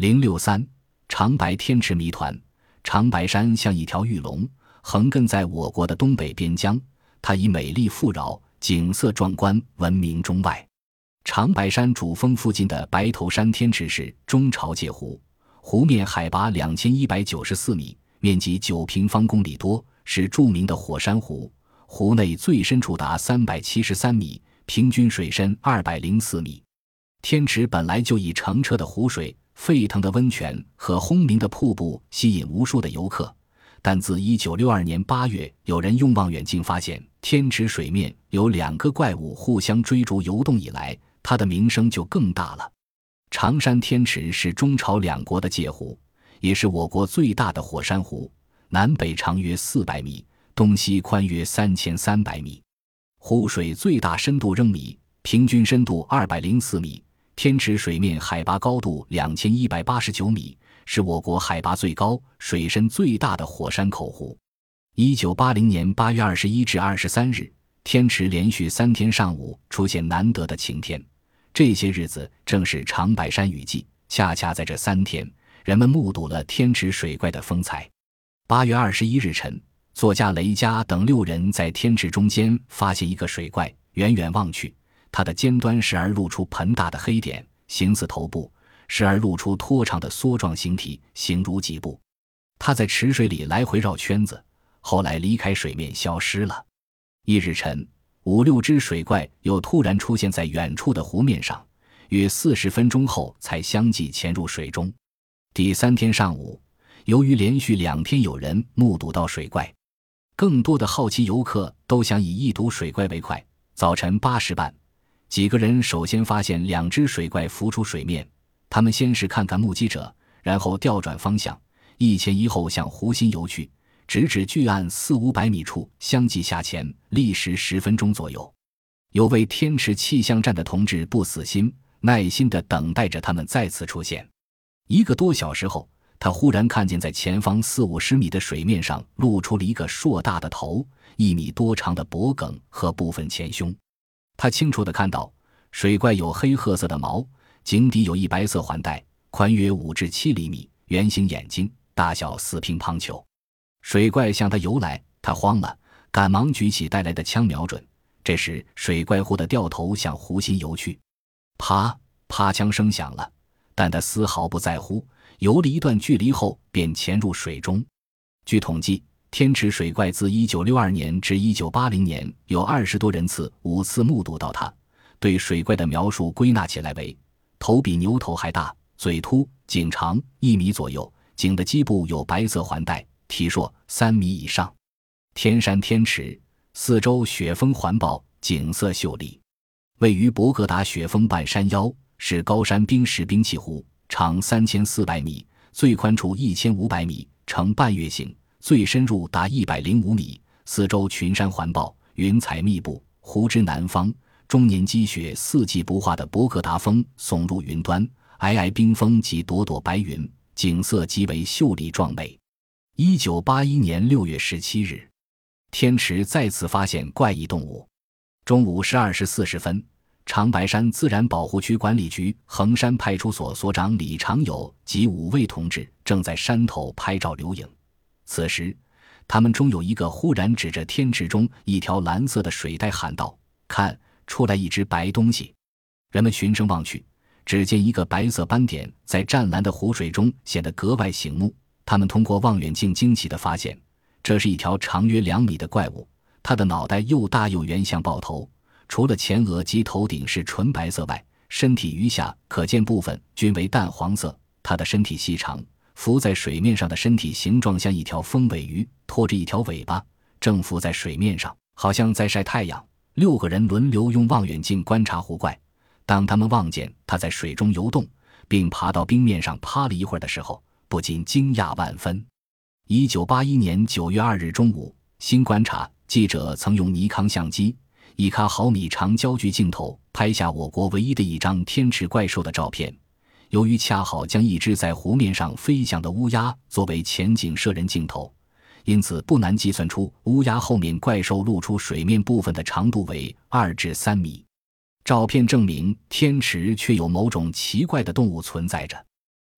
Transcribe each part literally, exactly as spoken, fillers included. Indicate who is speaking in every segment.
Speaker 1: 零六三长白天池谜团。长白山像一条玉龙，横亘在我国的东北边疆，它以美丽富饶、景色壮观闻名中外。长白山主峰附近的白头山天池是中朝界湖，湖面海拔两千一百九十四米，面积九平方公里多，是著名的火山湖。湖内最深处达三百七十三米，平均水深二百零四米。天池本来就以澄澈的湖水、沸腾的温泉和轰鸣的瀑布吸引无数的游客，但自一九六二年八月，有人用望远镜发现天池水面有两个怪物互相追逐游动以来，它的名声就更大了。长山天池是中朝两国的界湖，也是我国最大的火山湖，南北长约四百米，东西宽约三千三百米。湖水最大深度仍米，平均深度二百零四米。天池水面海拔高度两千一百八十九米，是我国海拔最高、水深最大的火山口湖。一九八零年八月二十一至二十三日，天池连续三天上午出现难得的晴天，这些日子正是长白山雨季，恰恰在这三天，人们目睹了天池水怪的风采。八月二十一日晨，作家雷佳等六人在天池中间发现一个水怪，远远望去，它的尖端时而露出盆大的黑点，形似头部，时而露出拖长的梭状形体，形如脊部。它在池水里来回绕圈子，后来离开水面消失了。一日晨，五六只水怪又突然出现在远处的湖面上，约四十分钟后才相继潜入水中。第三天上午，由于连续两天有人目睹到水怪，更多的好奇游客都想以一睹水怪为快。早晨八时半，几个人首先发现两只水怪浮出水面，他们先是看看目击者，然后调转方向，一前一后向湖心游去，直至距岸四五百米处相继下潜，历时十分钟左右。有位天池气象站的同志不死心，耐心地等待着他们再次出现。一个多小时后，他忽然看见在前方四五十米的水面上露出了一个硕大的头，一米多长的脖颈和部分前胸。他清楚地看到，水怪有黑褐色的毛，颈底有一白色环带，宽约五至七厘米，圆形眼睛，大小似乒乓球。水怪向他游来，他慌了，赶忙举起带来的枪瞄准。这时水怪忽地掉头向湖心游去，啪啪枪声响了，但他丝毫不在乎，游了一段距离后便潜入水中。据统计，天池水怪自一九六二年至一九八零年有二十多人次五次目睹到它。对水怪的描述归纳起来为：头比牛头还大，嘴凸，颈长一米左右，颈的基部有白色环带，体硕三米以上。天山天池四周雪峰环抱，景色秀丽。位于博格达雪峰半山腰，是高山冰石冰气湖，长三千四百米，最宽处一千五百米，呈半月形，最深入达一百零五米，四周群山环抱，云彩密布。湖之南方，终年积雪四季不化的博格达峰耸入云端，皑皑冰峰及朵朵白云，景色极为秀丽壮美。一九八一年六月十七日，天池再次发现怪异动物。中午十二时四十分，长白山自然保护区管理局横山派出所所长李长友及五位同志正在山头拍照留影。此时，他们中有一个忽然指着天池中一条蓝色的水带喊道：“看，出来一只白东西！”人们循声望去，只见一个白色斑点在湛蓝的湖水中显得格外醒目。他们通过望远镜惊奇地发现，这是一条长约两米的怪物，它的脑袋又大又圆，像豹头，除了前额及头顶是纯白色外，身体余下可见部分均为淡黄色。它的身体细长，浮在水面上的身体形状像一条风尾鱼，拖着一条尾巴，正浮在水面上，好像在晒太阳。六个人轮流用望远镜观察湖怪，当他们望见它在水中游动，并爬到冰面上趴了一会儿的时候，不禁惊讶万分。一九八一年九月二日中午，新观察记者曾用尼康相机一卡毫米长焦距镜头拍下我国唯一的一张天池怪兽的照片。由于恰好将一只在湖面上飞翔的乌鸦作为前景摄人镜头，因此不难计算出乌鸦后面怪兽露出水面部分的长度为二至三米。照片证明天池却有某种奇怪的动物存在着。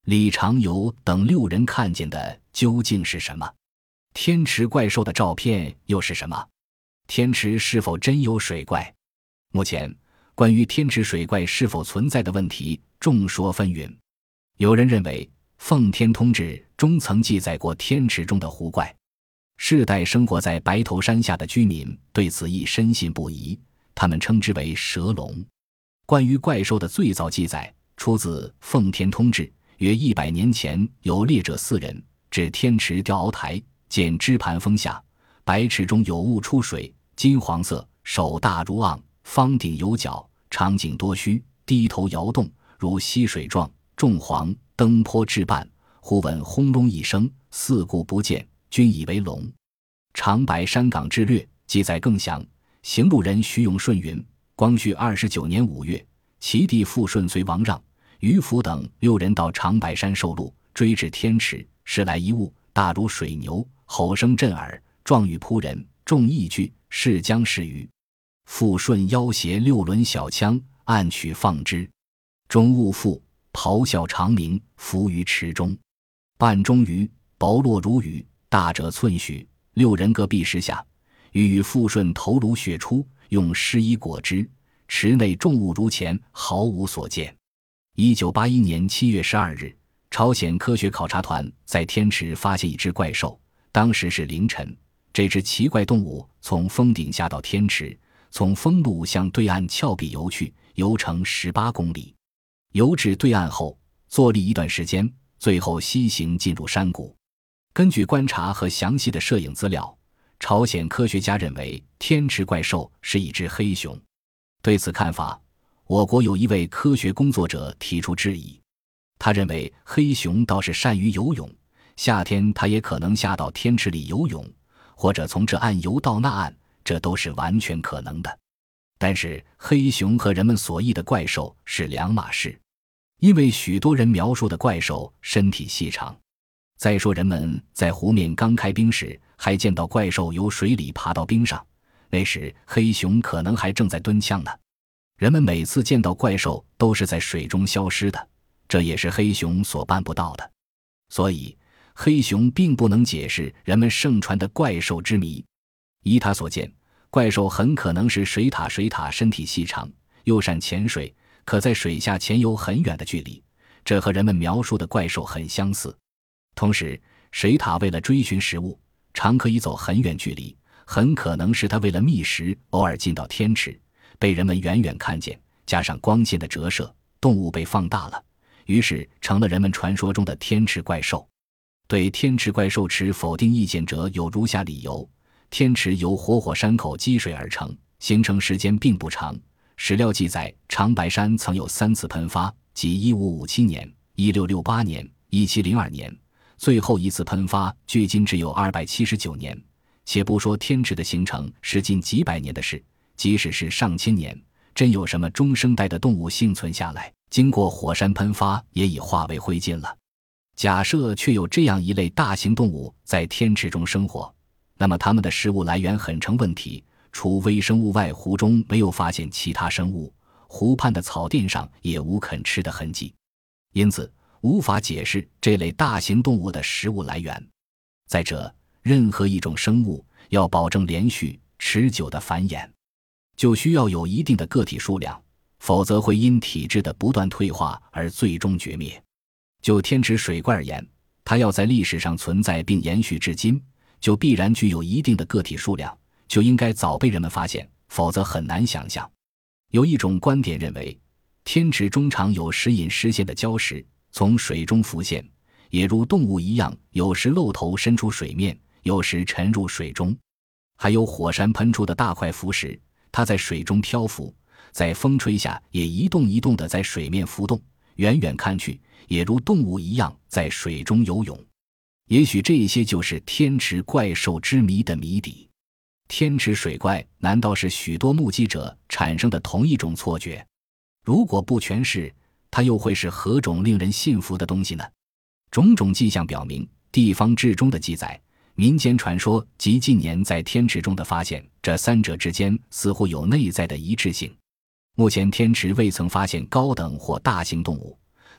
Speaker 1: 李长游等六人看见的究竟是什么？天池怪兽的照片又是什么？天池是否真有水怪？目前关于天池水怪是否存在的问题众说纷纭。有人认为《奉天通志》中曾记载过天池中的狐怪，世代生活在白头山下的居民对此亦深信不疑，他们称之为蛇龙。关于怪兽的最早记载出自《奉天通志》，约一百年前有猎者四人至天池钓鳌台，见支盘封下，白池中有物出水，金黄色，手大如盎，方顶有角，长颈多须，低头摇动，如溪水状，众黄，登坡至半，忽闻轰隆一声，四顾不见，均以为龙。长白山岗志略记载更详，行路人徐永顺云：光绪二十九年五月，其弟傅顺随王让、于福等六人到长白山受路，追至天池，驶来一物，大如水牛，吼声震耳，状欲扑人，众亦惧，是将是鱼。傅顺腰携六轮小枪，暗取放之。中物复咆哮长鸣，伏于池中。半中鱼，薄落如雨，大者寸许，六人各避十下。鱼与傅顺头颅血出，用湿衣裹之，池内众物如前，毫无所见。一九八一年七月十二日，朝鲜科学考察团在天池发现一只怪兽，当时是凌晨，这只奇怪动物从峰顶下到天池，从封路向对岸峭壁游去，游程十八公里。游至对岸后，坐立一段时间，最后西行进入山谷。根据观察和详细的摄影资料，朝鲜科学家认为天池怪兽是一只黑熊。对此看法，我国有一位科学工作者提出质疑。他认为黑熊倒是善于游泳，夏天它也可能下到天池里游泳，或者从这岸游到那岸，这都是完全可能的。但是黑熊和人们所忆的怪兽是两码事，因为许多人描述的怪兽身体细长。再说人们在湖面刚开冰时，还见到怪兽由水里爬到冰上，那时黑熊可能还正在蹲枪呢。人们每次见到怪兽都是在水中消失的，这也是黑熊所办不到的。所以黑熊并不能解释人们盛传的怪兽之谜。依他所见，怪兽很可能是水獭。水獭身体细长，又善潜水，可在水下潜游很远的距离，这和人们描述的怪兽很相似。同时，水獭为了追寻食物，常可以走很远距离，很可能是它为了觅食偶尔进到天池，被人们远远看见，加上光线的折射，动物被放大了，于是成了人们传说中的天池怪兽。对天池怪兽持否定意见者有如下理由：天池由活火山口积水而成，形成时间并不长。史料记载，长白山曾有三次喷发，即一五五七年、一六六八年、一七零二年，最后一次喷发距今只有二百七十九年。且不说天池的形成是近几百年的事，即使是上千年，真有什么中生代的动物幸存下来，经过火山喷发也已化为灰烬了。假设却有这样一类大型动物在天池中生活，那么它们的食物来源很成问题，除微生物外，湖中没有发现其他生物，湖畔的草甸上也无肯吃的痕迹，因此无法解释这类大型动物的食物来源。再者，任何一种生物要保证连续持久的繁衍，就需要有一定的个体数量，否则会因体质的不断退化而最终绝灭。就天池水怪而言，它要在历史上存在并延续至今，就必然具有一定的个体数量，就应该早被人们发现，否则很难想象。有一种观点认为，天池中常有时隐时现的礁石从水中浮现，也如动物一样，有时露头伸出水面，有时沉入水中。还有火山喷出的大块浮石，它在水中漂浮，在风吹下也一动一动地在水面浮动，远远看去也如动物一样在水中游泳。也许这些就是天池怪兽之谜的谜底。天池水怪难道是许多目击者产生的同一种错觉？如果不全是，它又会是何种令人信服的东西呢？种种迹象表明，地方志中的记载、民间传说及近年在天池中的发现，这三者之间似乎有内在的一致性。目前天池未曾发现高等或大型动物，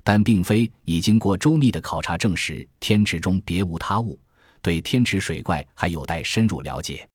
Speaker 1: 但并非已经过周密的考察证实天池中别无他物，对天池水怪还有待深入了解。